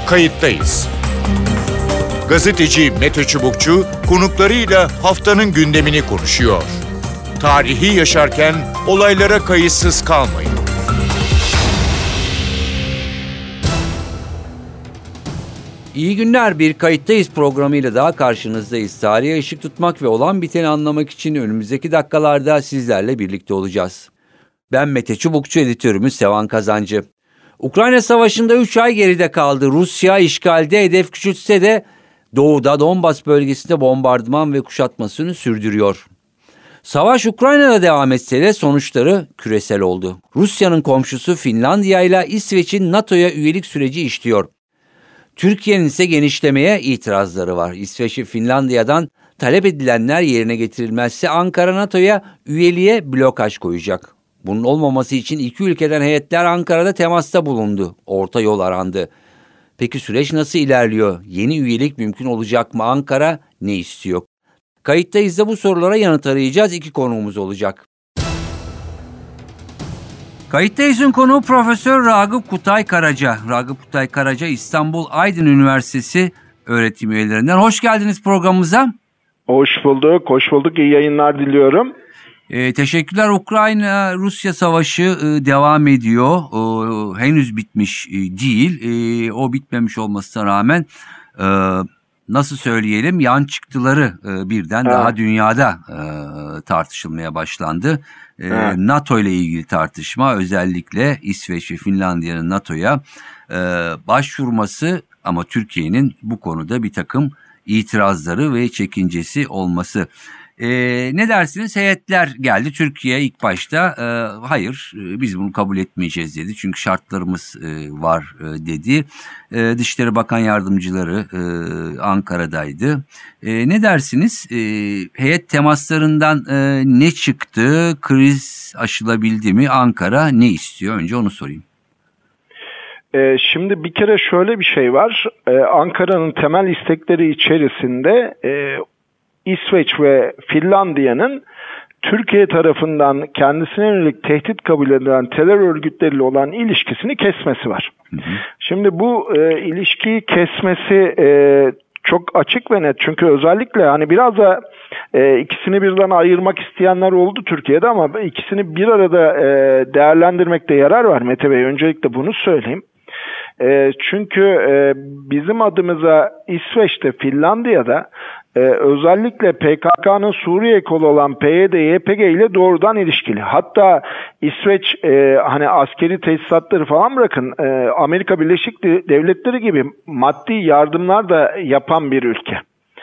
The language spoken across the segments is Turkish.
Kayıttayız. Gazeteci Mete Çubukçu konuklarıyla haftanın gündemini konuşuyor. Tarihi yaşarken olaylara kayıtsız kalmayın. İyi günler, bir Kayıttayız programıyla daha karşınızdayız. Tarihe ışık tutmak ve olan biteni anlamak için önümüzdeki dakikalarda sizlerle birlikte olacağız. Ben Mete Çubukçu, editörümüz Sevan Kazancı. Ukrayna Savaşı'nda 3 ay geride kaldı. Rusya işgalde, hedef küçültse de doğuda Donbas bölgesinde bombardıman ve kuşatmasını sürdürüyor. Savaş Ukrayna'da devam etse de sonuçları küresel oldu. Rusya'nın komşusu Finlandiya ile İsveç'in NATO'ya üyelik süreci işliyor. Türkiye'nin ise genişlemeye itirazları var. İsveç ve Finlandiya'dan talep edilenler yerine getirilmezse Ankara NATO'ya üyeliğe blokaj koyacak. Bunun olmaması için iki ülkeden heyetler Ankara'da temasta bulundu. Orta yol arandı. Peki süreç nasıl ilerliyor? Yeni üyelik mümkün olacak mı? Ankara ne istiyor? Kayıttayız da bu sorulara yanıt arayacağız. İki konuğumuz olacak. Kayıttayız'ın konuğu Profesör Ragıp Kutay Karaca. Ragıp Kutay Karaca İstanbul Aydın Üniversitesi öğretim üyelerinden. Hoş geldiniz programımıza. Hoş bulduk. İyi yayınlar diliyorum. Teşekkürler. Ukrayna-Rusya savaşı devam ediyor. Henüz bitmiş değil. O bitmemiş olmasına rağmen nasıl söyleyelim, yan çıktıları birden daha dünyada tartışılmaya başlandı. NATO ile ilgili tartışma, özellikle İsveç ve Finlandiya'nın NATO'ya başvurması ama Türkiye'nin bu konuda bir takım itirazları ve çekincesi olması. Ne dersiniz? Heyetler geldi. Türkiye ilk başta hayır biz bunu kabul etmeyeceğiz dedi. Çünkü şartlarımız var dedi. Dışişleri Bakan Yardımcıları Ankara'daydı. Ne dersiniz? Heyet temaslarından ne çıktı? Kriz aşılabildi mi? Ankara ne istiyor? Önce onu sorayım. Şimdi bir kere şöyle bir şey var. Ankara'nın temel istekleri içerisinde İsveç ve Finlandiya'nın Türkiye tarafından kendisine yönelik tehdit kabul edilen terör örgütleriyle olan ilişkisini kesmesi var. Şimdi bu ilişkiyi kesmesi çok açık ve net. Çünkü özellikle hani biraz da ikisini birden ayırmak isteyenler oldu Türkiye'de ama ikisini bir arada değerlendirmekte yarar var Mete Bey. Öncelikle bunu söyleyeyim. Çünkü bizim adımıza İsveç'te, Finlandiya'da özellikle PKK'nın Suriye kolu olan PYD-YPG ile doğrudan ilişkili. Hatta İsveç hani askeri tesisatları falan bırakın, Amerika Birleşik Devletleri gibi maddi yardımlar da yapan bir ülke.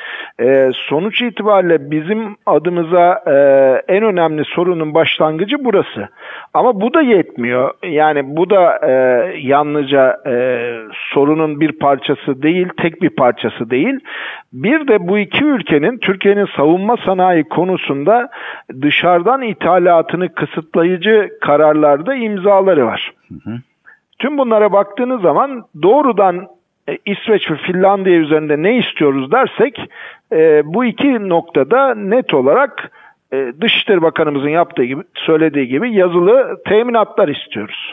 Sonuç itibariyle bizim adımıza en önemli sorunun başlangıcı burası. Ama bu da yetmiyor. Yani bu da yalnızca sorunun bir parçası değil, tek bir parçası değil. Bir de bu iki ülkenin Türkiye'nin savunma sanayi konusunda dışarıdan ithalatını kısıtlayıcı kararlarda imzaları var. Tüm bunlara baktığınız zaman doğrudan İsveç ve Finlandiya üzerinde ne istiyoruz dersek bu iki noktada net olarak Dışişleri Bakanımızın söylediği gibi yazılı teminatlar istiyoruz.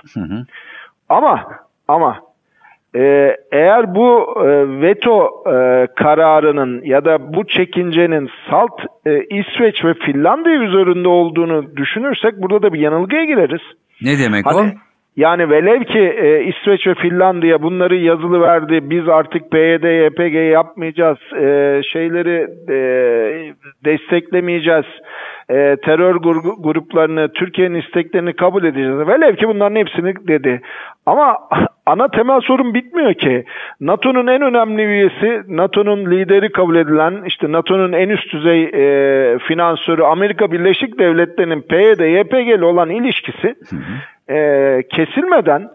Ama eğer bu veto kararının ya da bu çekincenin salt İsveç ve Finlandiya üzerinde olduğunu düşünürsek burada da bir yanılgıya gireriz. Ne demek o? Yani velev ki İsveç ve Finlandiya bunları yazılı verdi, biz artık PYD, YPG yapmayacağız, şeyleri desteklemeyeceğiz, terör gruplarını, Türkiye'nin isteklerini kabul edeceğiz. Velev ki bunların hepsini dedi. Ama ana temel sorun bitmiyor ki. NATO'nun en önemli üyesi, NATO'nun lideri kabul edilen, işte NATO'nun en üst düzey finansörü Amerika Birleşik Devletleri'nin PYD, YPG ile olan ilişkisi kesilmeden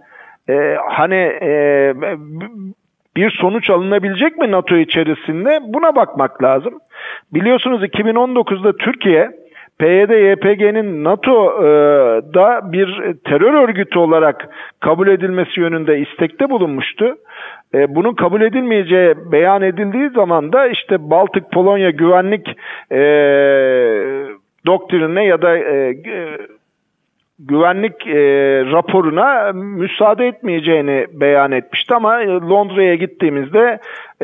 bir sonuç alınabilecek mi NATO içerisinde, buna bakmak lazım. Biliyorsunuz 2019'da Türkiye PYD-YPG'nin NATO'da bir terör örgütü olarak kabul edilmesi yönünde istekte bulunmuştu. Bunun kabul edilmeyeceği beyan edildiği zaman da işte Baltık-Polonya güvenlik doktrinine ya da güvenlik raporuna müsaade etmeyeceğini beyan etmişti ama Londra'ya gittiğimizde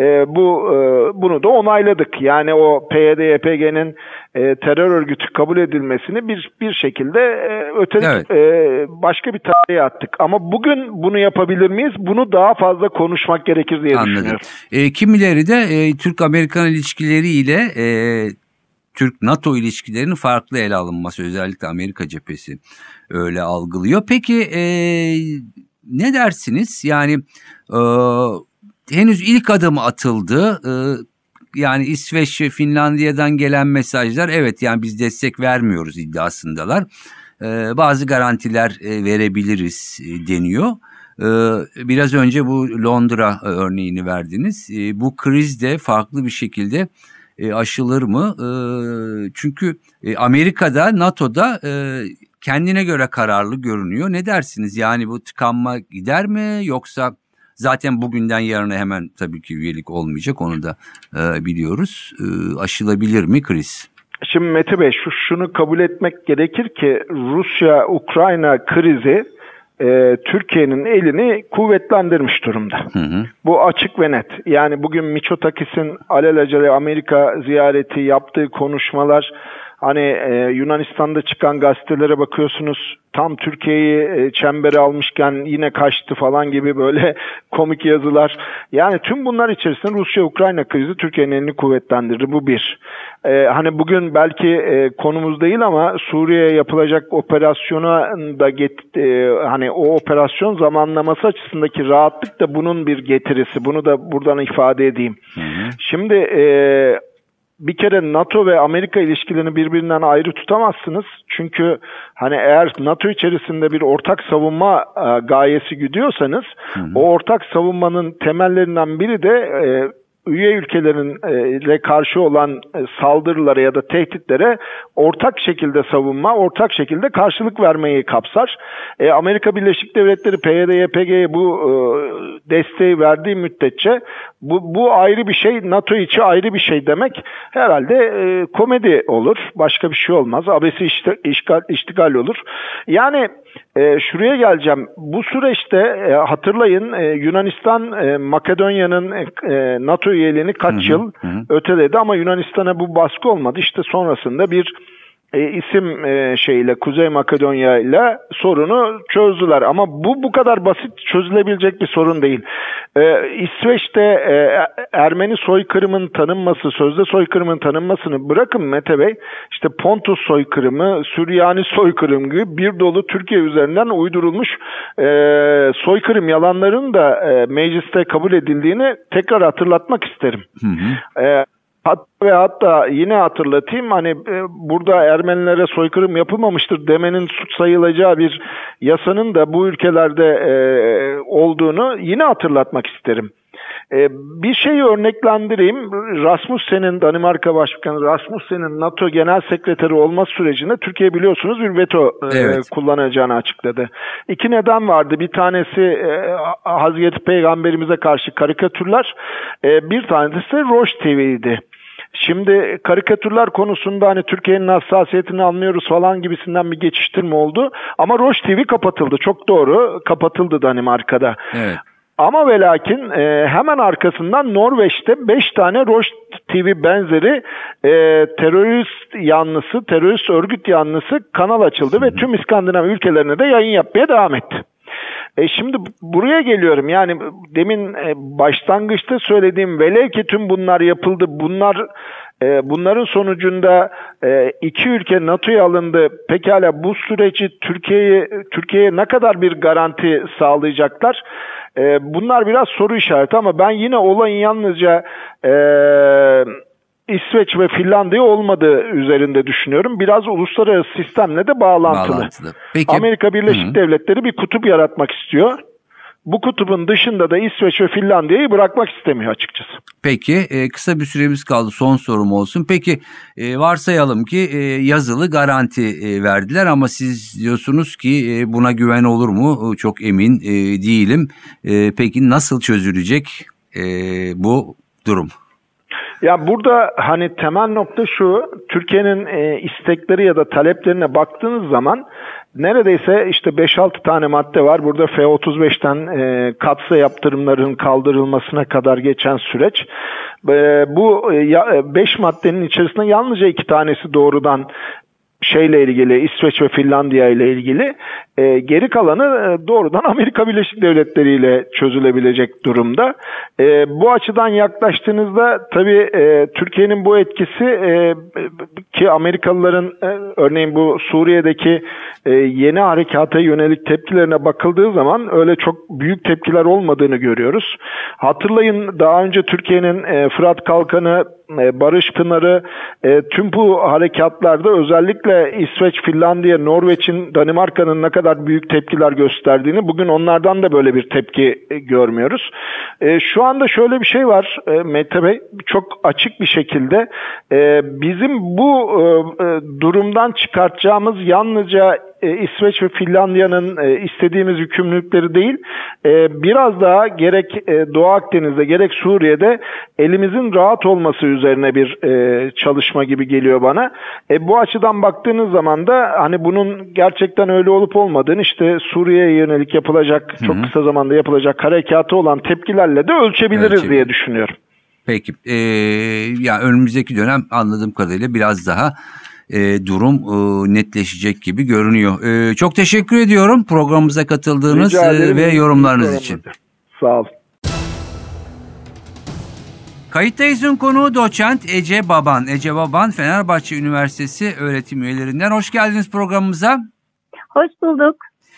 bunu da onayladık. Yani o PYD-YPG'nin terör örgütü kabul edilmesini bir şekilde Evet. Başka bir tarihe attık. Ama bugün bunu yapabilir miyiz? Bunu daha fazla konuşmak gerekir diye düşünüyorum. Kimileri de Türk-Amerikan ilişkileriyle Türk-NATO ilişkilerinin farklı ele alınması, özellikle Amerika cephesi öyle algılıyor. Peki ne dersiniz? Yani henüz ilk adım atıldı. Yani İsveç ve Finlandiya'dan gelen mesajlar, evet yani biz destek vermiyoruz iddiasındalar. Bazı garantiler verebiliriz deniyor. Biraz önce bu Londra örneğini verdiniz. Bu kriz de farklı bir şekilde aşılır mı? Çünkü Amerika'da, NATO'da kendine göre kararlı görünüyor. Ne dersiniz? Yani bu tıkanma gider mi? Yoksa zaten bugünden yarına hemen tabii ki üyelik olmayacak, onu da biliyoruz. Aşılabilir mi kriz? Şimdi Mete Bey, şunu kabul etmek gerekir ki Rusya-Ukrayna krizi Türkiye'nin elini kuvvetlendirmiş durumda. Bu açık ve net. Yani bugün Mitsotakis'in alelacele Amerika ziyareti, yaptığı konuşmalar, hani Yunanistan'da çıkan gazetelere bakıyorsunuz, tam Türkiye'yi çembere almışken yine kaçtı falan gibi böyle komik yazılar. Yani tüm bunlar içerisinde Rusya-Ukrayna krizi Türkiye'nin elini kuvvetlendirdi. Bu bir. Hani bugün belki konumuz değil ama Suriye'ye yapılacak operasyona da hani o operasyon zamanlaması açısındaki rahatlık da bunun bir getirisi. Bunu da buradan ifade edeyim. Şimdi bir kere NATO ve Amerika ilişkilerini birbirinden ayrı tutamazsınız. Çünkü hani eğer NATO içerisinde bir ortak savunma gayesi güdüyorsanız, o ortak savunmanın temellerinden biri de üye ülkelerin karşı olan saldırılara ya da tehditlere ortak şekilde savunma, ortak şekilde karşılık vermeyi kapsar. Amerika Birleşik Devletleri PYD-YPG'ye bu desteği verdiği müddetçe bu ayrı bir şey, NATO içi ayrı bir şey demek herhalde komedi olur. Başka bir şey olmaz. Abesi iştigal olur. Yani şuraya geleceğim. Bu süreçte hatırlayın, Yunanistan Makedonya'nın NATO üyeliğini kaç yıl öteledi ama Yunanistan'a bu baskı olmadı. İşte sonrasında bir isim şeyle, Kuzey Makedonya ile sorunu çözdüler. Ama bu kadar basit çözülebilecek bir sorun değil. İsveç'te Ermeni soykırımın tanınması, sözde soykırımın tanınmasını bırakın Mete Bey, işte Pontus soykırımı, Süryani soykırım gibi bir dolu Türkiye üzerinden uydurulmuş soykırım yalanlarının da mecliste kabul edildiğini tekrar hatırlatmak isterim. Hatta yine hatırlatayım, hani burada Ermenilere soykırım yapılmamıştır demenin suç sayılacağı bir yasanın da bu ülkelerde olduğunu yine hatırlatmak isterim. Bir şeyi örneklendireyim. Rasmussen'in, Danimarka Başbakanı Rasmussen'in NATO Genel Sekreteri olma sürecinde Türkiye biliyorsunuz bir veto kullanacağını açıkladı. İki neden vardı. Bir tanesi Hazreti Peygamberimize karşı karikatürler, bir tanesi de Roş TV'ydi. Şimdi karikatürler konusunda hani Türkiye'nin hassasiyetini anlıyoruz falan gibisinden bir geçiştirme oldu. Ama Roş TV kapatıldı. Çok doğru, kapatıldı Danimarka'da. Evet. Ama ve lakin hemen arkasından Norveç'te 5 tane Roş TV benzeri terörist örgüt yanlısı kanal açıldı ve tüm İskandinav ülkelerine de yayın yapmaya devam etti. Şimdi buraya geliyorum. Yani demin başlangıçta söylediğim, velev ki tüm bunlar yapıldı. Bunların sonucunda iki ülke NATO'ya alındı. Pekala bu süreci Türkiye'ye ne kadar bir garanti sağlayacaklar? Bunlar biraz soru işareti ama ben yine olayın yalnızca İsveç ve Finlandiya olmadığı üzerinde düşünüyorum. Biraz uluslararası sistemle de bağlantılı. Peki. Amerika Birleşik Devletleri bir kutup yaratmak istiyor. Bu kutubun dışında da İsveç ve Finlandiya'yı bırakmak istemiyor açıkçası. Peki kısa bir süremiz kaldı, son sorum olsun. Peki varsayalım ki yazılı garanti verdiler ama siz diyorsunuz ki buna güven olur mu? Çok emin değilim. Peki nasıl çözülecek bu durum? Ya burada hani temel nokta şu, Türkiye'nin istekleri ya da taleplerine baktığınız zaman neredeyse işte 5-6 tane madde var. Burada F-35'ten katsayı yaptırımların kaldırılmasına kadar geçen süreç. Bu 5 maddenin içerisinde yalnızca 2 tanesi doğrudan şeyle ilgili, İsveç ve Finlandiya ile ilgili, geri kalanı doğrudan Amerika Birleşik Devletleri ile çözülebilecek durumda. Bu açıdan yaklaştığınızda tabii Türkiye'nin bu etkisi ki Amerikalıların örneğin bu Suriye'deki yeni harekata yönelik tepkilerine bakıldığı zaman öyle çok büyük tepkiler olmadığını görüyoruz. Hatırlayın, daha önce Türkiye'nin Fırat Kalkanı, Barış Pınarı, tüm bu harekatlarda özellikle İsveç, Finlandiya, Norveç'in, Danimarka'nın ne kadar büyük tepkiler gösterdiğini, bugün onlardan da böyle bir tepki görmüyoruz. Şu anda şöyle bir şey var Mete Bey, çok açık bir şekilde bizim bu durumdan çıkartacağımız yalnızca İsveç ve Finlandiya'nın istediğimiz yükümlülükleri değil, biraz daha gerek Doğu Akdeniz'de gerek Suriye'de elimizin rahat olması üzerine bir çalışma gibi geliyor bana. Bu açıdan baktığınız zaman da hani bunun gerçekten öyle olup olmadığını, işte Suriye'ye yönelik yapılacak, çok kısa zamanda yapılacak harekatı olan tepkilerle de ölçebiliriz diye düşünüyorum. Peki, ya önümüzdeki dönem anladığım kadarıyla biraz daha durum netleşecek gibi görünüyor. Çok teşekkür ediyorum programımıza katıldığınız ve yorumlarınız için. Sağ olun. Kayıttayız'ın konuğu doçent Ece Baban. Ece Baban, Fenerbahçe Üniversitesi öğretim üyelerinden. Hoş geldiniz programımıza. Hoş bulduk.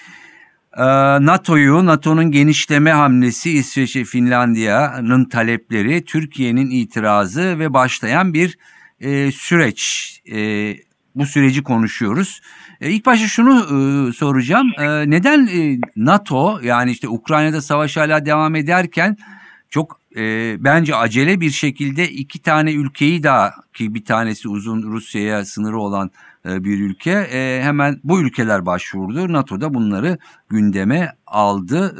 NATO'nun genişleme hamlesi, İsveç ve Finlandiya'nın talepleri, Türkiye'nin itirazı ve başlayan bir süreç. Bu süreci konuşuyoruz. İlk başta şunu soracağım. Neden NATO, yani işte Ukrayna'da savaş hala devam ederken çok bence acele bir şekilde 2 tane ülkeyi daha, ki bir tanesi uzun Rusya'ya sınırı olan bir ülke, hemen bu ülkeler başvurdu. NATO da bunları gündeme aldı.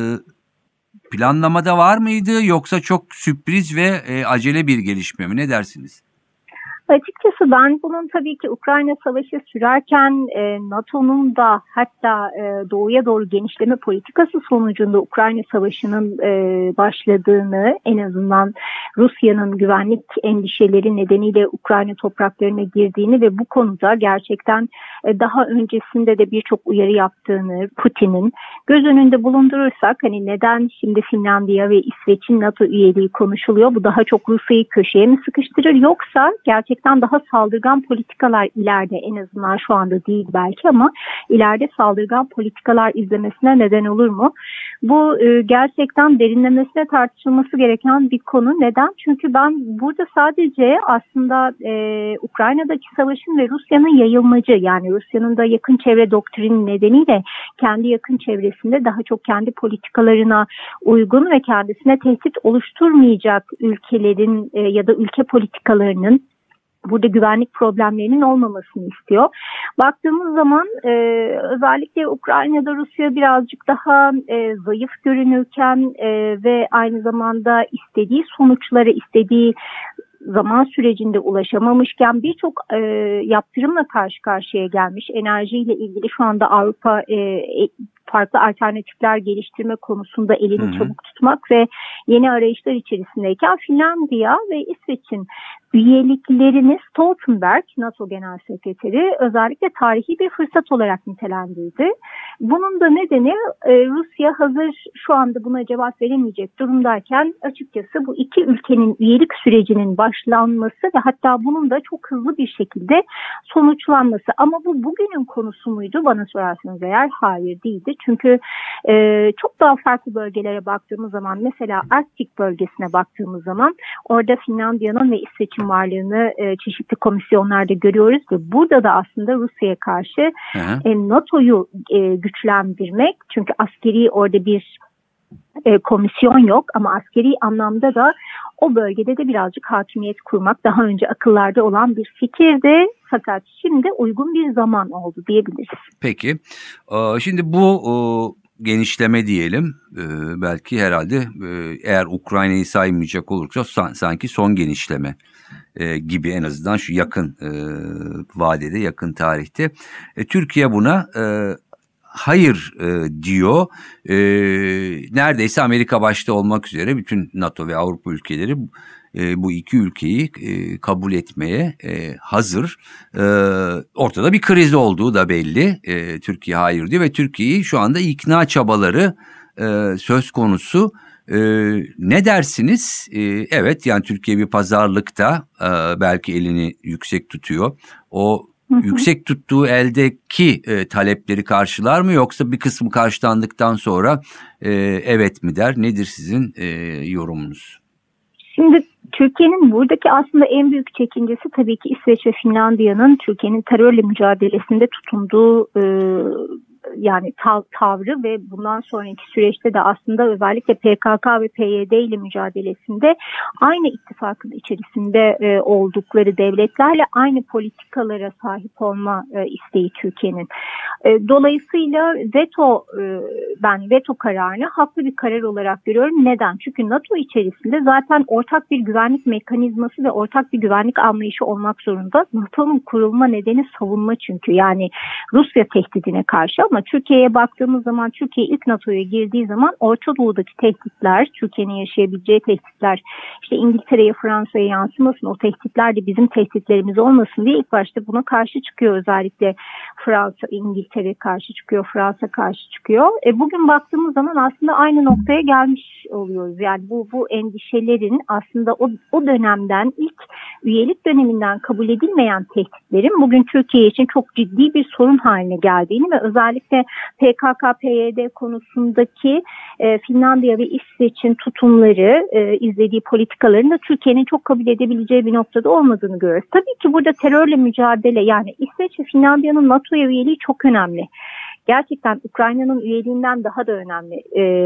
Planlamada var mıydı, yoksa çok sürpriz ve acele bir gelişme mi? Ne dersiniz? Açıkçası ben bunun tabii ki Ukrayna Savaşı sürerken NATO'nun da hatta doğuya doğru genişleme politikası sonucunda Ukrayna Savaşı'nın başladığını, en azından Rusya'nın güvenlik endişeleri nedeniyle Ukrayna topraklarına girdiğini ve bu konuda gerçekten daha öncesinde de birçok uyarı yaptığını Putin'in göz önünde bulundurursak, hani neden şimdi Finlandiya ve İsveç'in NATO üyeliği konuşuluyor? Bu daha çok Rusya'yı köşeye mi sıkıştırır, yoksa gerçekten daha saldırgan politikalar ileride, en azından şu anda değil belki ama ileride saldırgan politikalar izlemesine neden olur mu? Bu gerçekten derinlemesine tartışılması gereken bir konu. Neden? Çünkü ben burada sadece aslında Ukrayna'daki savaşın ve Rusya'nın yayılmacı, yani Rusya'nın da yakın çevre doktrini nedeniyle kendi yakın çevresinde daha çok kendi politikalarına uygun ve kendisine tehdit oluşturmayacak ülkelerin ya da ülke politikalarının burada güvenlik problemlerinin olmamasını istiyor. Baktığımız zaman özellikle Ukrayna'da Rusya birazcık daha zayıf görünürken ve aynı zamanda istediği sonuçlara, istediği zaman sürecinde ulaşamamışken birçok yaptırımla karşı karşıya gelmiş. Enerjiyle ilgili şu anda Avrupa farklı alternatifler geliştirme konusunda elini çabuk tutmak ve yeni arayışlar içerisindeyken Finlandiya ve İsveç'in üyeliklerini Stoltenberg, NATO Genel Sekreteri, özellikle tarihi bir fırsat olarak nitelendirdi. Bunun da nedeni Rusya hazır şu anda buna cevap veremeyecek durumdayken açıkçası bu iki ülkenin üyelik sürecinin başlanması ve hatta bunun da çok hızlı bir şekilde sonuçlanması. Ama bu bugünün konusu muydu bana sorarsanız eğer? Hayır, değildi. Çünkü çok daha farklı bölgelere baktığımız zaman, mesela Arktik bölgesine baktığımız zaman orada Finlandiya'nın ve İsveç'in varlığını çeşitli komisyonlarda görüyoruz ve burada da aslında Rusya'ya karşı NATO'yu güçlendirmek, çünkü askeri orada bir komisyon yok ama askeri anlamda da o bölgede de birazcık hakimiyet kurmak daha önce akıllarda olan bir fikirdi. Fakat şimdi uygun bir zaman oldu diyebiliriz. Peki. Şimdi bu genişleme diyelim. Belki herhalde eğer Ukrayna'yı saymayacak olursa sanki son genişleme gibi, en azından şu yakın vadede, yakın tarihte. Türkiye buna hayır diyor. Neredeyse Amerika başta olmak üzere bütün NATO ve Avrupa ülkeleri bu iki ülkeyi kabul etmeye hazır. Ortada bir kriz olduğu da belli. Türkiye hayır diyor ve Türkiye'yi şu anda ikna çabaları söz konusu. Ne dersiniz? Evet, yani Türkiye bir pazarlıkta belki elini yüksek tutuyor. O yüksek tuttuğu eldeki talepleri karşılar mı, yoksa bir kısmı karşılandıktan sonra evet mi der? Nedir sizin yorumunuz? Şimdi Türkiye'nin buradaki aslında en büyük çekincesi tabii ki İsveç ve Finlandiya'nın Türkiye'nin terörle mücadelesinde tutunduğu yani tavrı ve bundan sonraki süreçte de aslında özellikle PKK ve PYD ile mücadelesinde aynı ittifakın içerisinde oldukları devletlerle aynı politikalara sahip olma isteği Türkiye'nin. Dolayısıyla ben veto kararını haklı bir karar olarak görüyorum. Neden? Çünkü NATO içerisinde zaten ortak bir güvenlik mekanizması ve ortak bir güvenlik anlayışı olmak zorunda. NATO'nun kurulma nedeni savunma çünkü. Yani Rusya tehdidine karşı, ama Türkiye'ye baktığımız zaman Türkiye ilk NATO'ya girdiği zaman Orta Doğu'daki tehditler, Türkiye'nin yaşayabileceği tehditler, işte İngiltere'ye, Fransa'ya yansımasın, o tehditler de bizim tehditlerimiz olmasın diye ilk başta buna karşı çıkıyor. Özellikle Fransa, İngiltere karşı çıkıyor, Fransa karşı çıkıyor. Bugün baktığımız zaman aslında aynı noktaya gelmiş oluyoruz. Yani bu endişelerin aslında o dönemden, ilk üyelik döneminden kabul edilmeyen tehditlerin bugün Türkiye için çok ciddi bir sorun haline geldiğini ve özellikle PKK-PYD konusundaki Finlandiya ve İsveç'in tutumları, izlediği politikaların da Türkiye'nin çok kabul edebileceği bir noktada olmadığını görüyoruz. Tabii ki burada terörle mücadele, yani İsveç ve Finlandiya'nın NATO'ya üyeliği çok önemli. Gerçekten Ukrayna'nın üyeliğinden daha da önemli.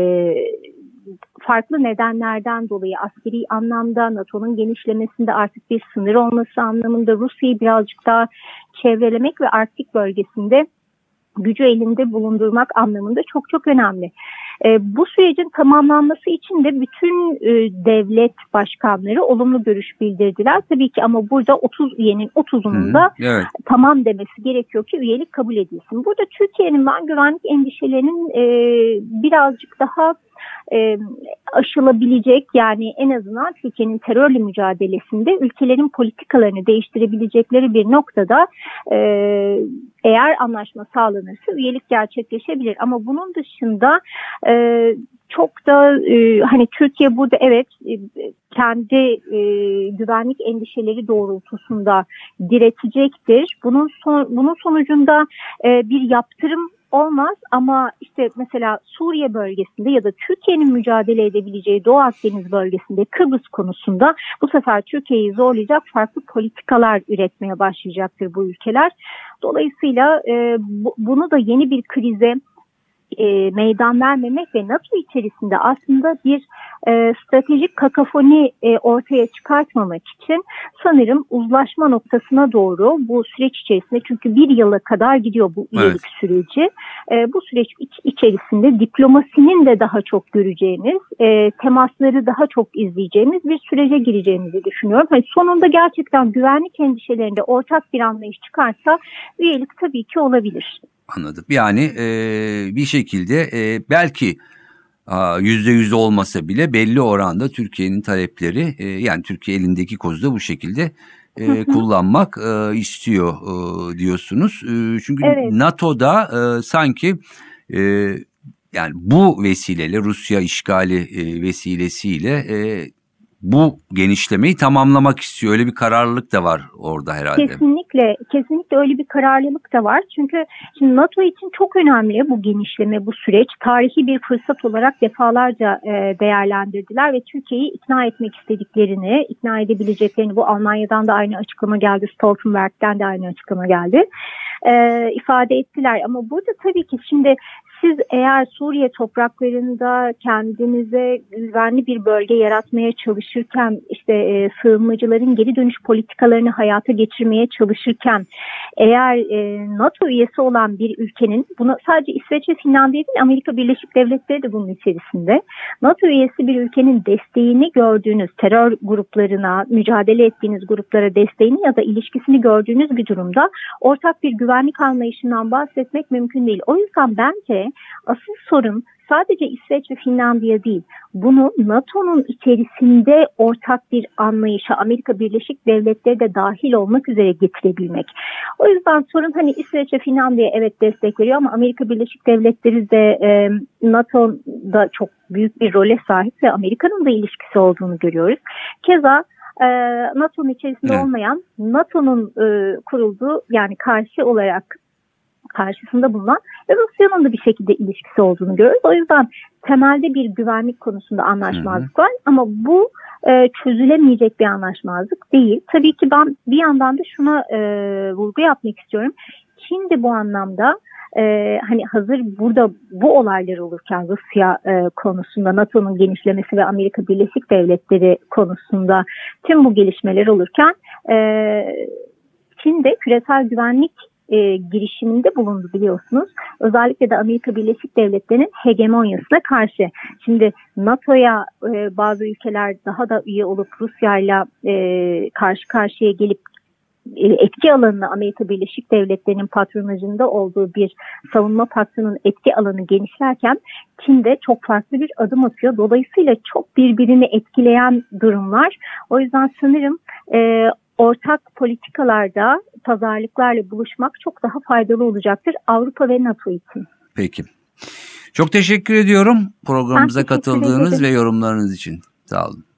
Farklı nedenlerden dolayı askeri anlamda NATO'nun genişlemesinde artık bir sınır olması anlamında Rusya'yı birazcık daha çevrelemek ve Arktik bölgesinde gücü elinde bulundurmak anlamında çok çok önemli. Bu sürecin tamamlanması için de bütün devlet başkanları olumlu görüş bildirdiler. Tabii ki ama burada 30 üyenin 30'unun da tamam demesi gerekiyor ki üyelik kabul edilsin. Burada Türkiye'nin ben güvenlik endişelerinin birazcık daha aşılabilecek, yani en azından Türkiye'nin terörle mücadelesinde ülkelerin politikalarını değiştirebilecekleri bir noktada eğer anlaşma sağlanırsa üyelik gerçekleşebilir. Ama bunun dışında çok da hani Türkiye burada evet kendi güvenlik endişeleri doğrultusunda diretecektir. Bunun sonucunda bir yaptırım olmaz, ama işte mesela Suriye bölgesinde ya da Türkiye'nin mücadele edebileceği Doğu Akdeniz bölgesinde Kıbrıs konusunda bu sefer Türkiye'yi zorlayacak farklı politikalar üretmeye başlayacaktır bu ülkeler. Dolayısıyla bunu da yeni bir krize meydan vermemek ve NATO içerisinde aslında bir stratejik kakafoni ortaya çıkartmamak için sanırım uzlaşma noktasına doğru bu süreç içerisinde, çünkü bir yıla kadar gidiyor bu üyelik süreci. Bu süreç içerisinde diplomasinin de daha çok göreceğimiz, temasları daha çok izleyeceğimiz bir sürece gireceğimizi düşünüyorum. Hani sonunda gerçekten güvenlik endişelerinde ortak bir anlayış çıkarsa üyelik tabii ki olabilir. Anladım. Yani bir şekilde belki %100 olmasa bile belli oranda Türkiye'nin talepleri, yani Türkiye elindeki kozu da bu şekilde kullanmak istiyor diyorsunuz. Çünkü NATO'da sanki yani bu vesileyle, Rusya işgali vesilesiyle bu genişlemeyi tamamlamak istiyor. Öyle bir kararlılık da var orada herhalde. Kesinlikle öyle bir kararlılık da var. Çünkü şimdi NATO için çok önemli bu genişleme, bu süreç. Tarihi bir fırsat olarak defalarca değerlendirdiler ve Türkiye'yi ikna etmek istediklerini, ikna edebileceklerini, bu Almanya'dan da aynı açıklama geldi, Stoltenberg'den de aynı açıklama geldi, ifade ettiler. Ama burada tabii ki şimdi siz eğer Suriye topraklarında kendinize güvenli bir bölge yaratmaya çalışırken, işte sığınmacıların geri dönüş politikalarını hayata geçirmeye çalışırken, eğer NATO üyesi olan bir ülkenin, buna sadece İsveç ve Finlandiya değil, Amerika Birleşik Devletleri de bunun içerisinde, NATO üyesi bir ülkenin desteğini gördüğünüz terör gruplarına, mücadele ettiğiniz gruplara desteğini ya da ilişkisini gördüğünüz bir durumda ortak bir güvenlik anlayışından bahsetmek mümkün değil. O yüzden bence asıl sorun sadece İsveç ve Finlandiya değil, bunu NATO'nun içerisinde ortak bir anlayışa Amerika Birleşik Devletleri de dahil olmak üzere getirebilmek. O yüzden sorun hani İsveç ve Finlandiya evet destek veriyor ama Amerika Birleşik Devletleri de NATO'da çok büyük bir role sahip ve Amerika'nın da ilişkisi olduğunu görüyoruz. Keza NATO'nun içerisinde olmayan, NATO'nun kurulduğu, yani karşısında bulunan ve Rusya'nın da bir şekilde ilişkisi olduğunu görüyoruz. O yüzden temelde bir güvenlik konusunda anlaşmazlık var ama bu çözülemeyecek bir anlaşmazlık değil. Tabii ki ben bir yandan da şuna vurgu yapmak istiyorum. Çin de bu anlamda hani hazır burada bu olaylar olurken, Rusya konusunda, NATO'nun genişlemesi ve Amerika Birleşik Devletleri konusunda tüm bu gelişmeler olurken Çin de küresel güvenlik girişiminde bulundu, biliyorsunuz. Özellikle de Amerika Birleşik Devletleri'nin hegemonyasına karşı. Şimdi NATO'ya bazı ülkeler daha da üye olup Rusya'yla karşı karşıya gelip etki alanını, Amerika Birleşik Devletleri'nin patronajında olduğu bir savunma paktının etki alanı genişlerken Çin de çok farklı bir adım atıyor. Dolayısıyla çok birbirini etkileyen durumlar. O yüzden sanırım ortak politikalarda pazarlıklarla buluşmak çok daha faydalı olacaktır Avrupa ve NATO için. Peki. Çok teşekkür ediyorum programımıza teşekkür katıldığınız ederim ve yorumlarınız için. Sağ olun.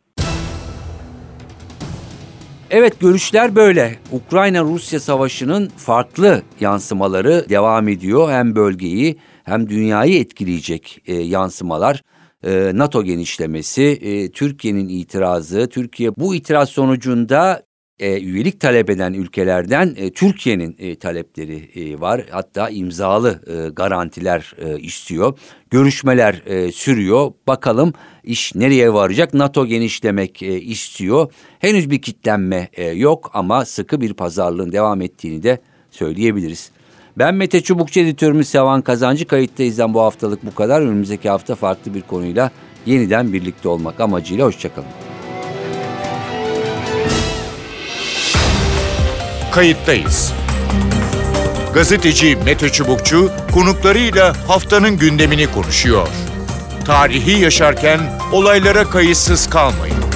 Evet, görüşler böyle. Ukrayna-Rusya savaşının farklı yansımaları devam ediyor. Hem bölgeyi hem dünyayı etkileyecek yansımalar. NATO genişlemesi, Türkiye'nin itirazı, Türkiye bu itiraz sonucunda üyelik talep eden ülkelerden Türkiye'nin talepleri var. Hatta imzalı garantiler istiyor. Görüşmeler sürüyor. Bakalım iş nereye varacak? NATO genişlemek istiyor. Henüz bir kitlenme yok ama sıkı bir pazarlığın devam ettiğini de söyleyebiliriz. Ben Mete Çubukçu, editörümüz Sevan Kazancı. Kayıttayız'dan bu haftalık bu kadar. Önümüzdeki hafta farklı bir konuyla yeniden birlikte olmak amacıyla hoşçakalın. Kayıttayız. Gazeteci Mete Çubukçu konuklarıyla haftanın gündemini konuşuyor. Tarihi yaşarken olaylara kayıtsız kalmayın.